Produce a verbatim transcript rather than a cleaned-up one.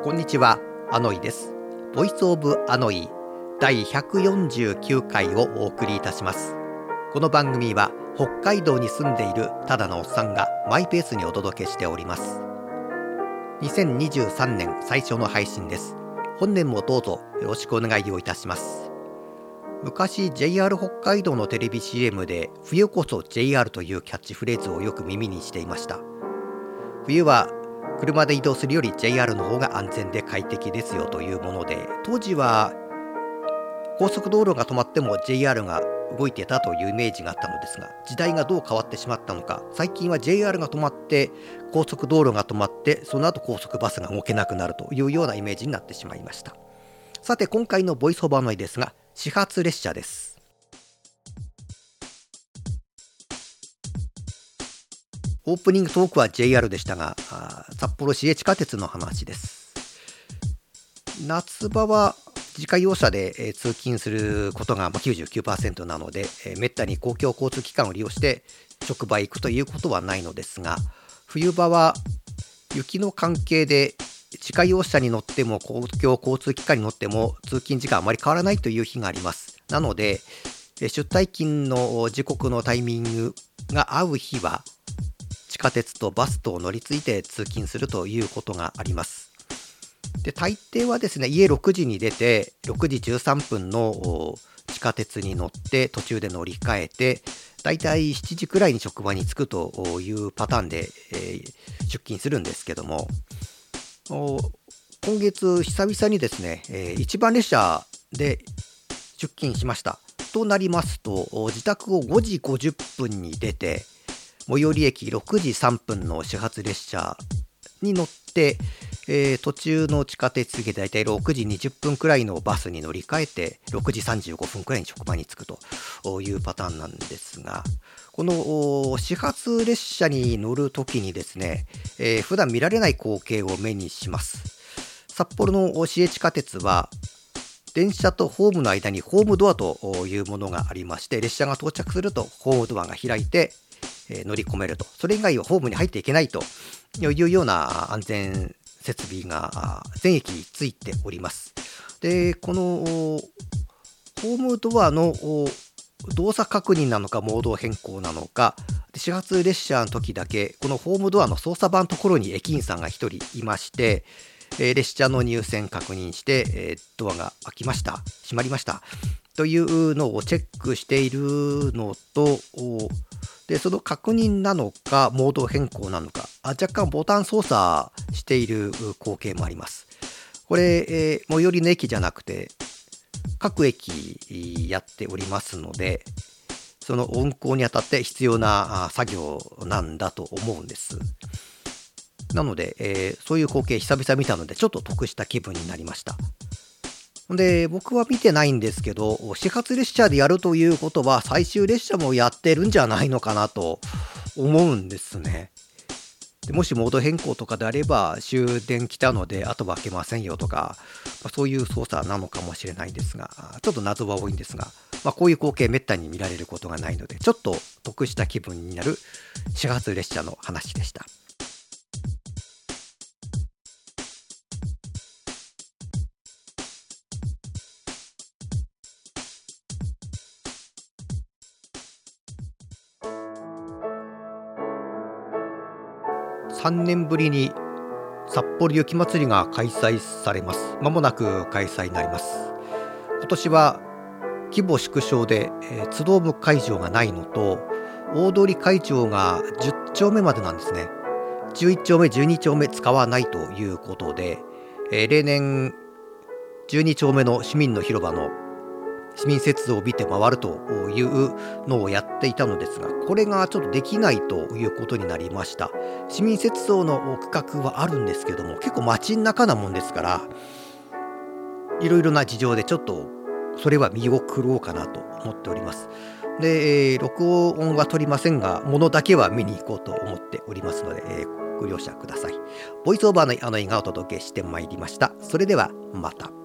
こんにちは、アノイです。ボイスオブアノイだいひゃくよんじゅうきゅうかいをお送りいたします。この番組は北海道に住んでいるただのおっさんがマイペースにお届けしております。にせんにじゅうさんねん最初の配信です。本年もどうぞよろしくお願いをいたします。昔 ジェイアール 北海道のテレビ シーエム で冬こそ ジェイアール というキャッチフレーズをよく耳にしていました。冬は車で移動するより ジェイアール の方が安全で快適ですよというもので、当時は高速道路が止まっても ジェイアール が動いてたというイメージがあったのですが、時代がどう変わってしまったのか、最近は ジェイアール が止まって高速道路が止まって、その後高速バスが動けなくなるというようなイメージになってしまいました。さて今回のボイスオブアノイですが、始発列車です。オープニングトークは ジェイアール でしたが、札幌市営地下鉄の話です。夏場は自家用車で、えー、通勤することが きゅうじゅうきゅうパーセント なので、えー、めったに公共交通機関を利用して職場へ行くということはないのですが、冬場は雪の関係で自家用車に乗っても公共交通機関に乗っても通勤時間あまり変わらないという日があります。なので、えー、出退勤の時刻のタイミングが合う日は地下鉄とバスと乗り継いで通勤するということがあります。で、大抵はですね、家ろくじに出てろくじじゅうさんぷんの地下鉄に乗って途中で乗り換えて、だいたいしちじくらいに職場に着くというパターンで、えー、出勤するんですけども、今月久々にですね、えー、一番列車で出勤しました。となりますと、自宅をごじごじゅっぷんに出て、最寄り駅ろくじさんぷんの始発列車に乗って、えー、途中の地下鉄でだいたいろくじにじゅっぷんくらいのバスに乗り換えてろくじさんじゅうごふんくらいに職場に着くというパターンなんですが、この始発列車に乗るときにですね、えー、普段見られない光景を目にします。札幌の市営地下鉄は電車とホームの間にホームドアというものがありまして、列車が到着するとホームドアが開いて乗り込めると、それ以外はホームに入っていけないというような安全設備が全駅についております。で、このホームドアの動作確認なのかモード変更なのか、始発列車の時だけこのホームドアの操作盤のところに駅員さんがひとりいまして、列車の入線確認してドアが開きました、閉まりましたというのをチェックしているのと、でその確認なのかモード変更なのか、若干ボタン操作している光景もあります。これ、えー、最寄りの駅じゃなくて各駅やっておりますので、その運行にあたって必要な作業なんだと思うんです。なので、えー、そういう光景久々見たのでちょっと得した気分になりました。で、僕は見てないんですけど、始発列車でやるということは最終列車もやってるんじゃないのかなと思うんですね。でもしモード変更とかであれば終電来たのであとは開けませんよとか、まあ、そういう操作なのかもしれないですが、ちょっと謎は多いんですが、まあ、こういう光景めったに見られることがないのでちょっと得した気分になる始発列車の話でした。さんねんぶりに札幌雪まつりが開催されます。まもなく開催になります。今年は規模縮小で、えー、ツドーム会場がないのと、大通会場がじゅっちょうめまでなんですね。じゅういっちょうめじゅうにちょうめ使わないということで、えー、例年じゅうにちょうめの市民の広場の市民雪像を見て回るというのをやっていたのですが、これがちょっとできないということになりました。市民雪像の区画はあるんですけども、結構街中なもんですから、いろいろな事情でちょっとそれは見送ろうかなと思っております。で、えー、録音は取りませんが、ものだけは見に行こうと思っておりますので、えー、ご了承ください。ボイスオーバーのあの映画をお届けしてまいりました。それではまた。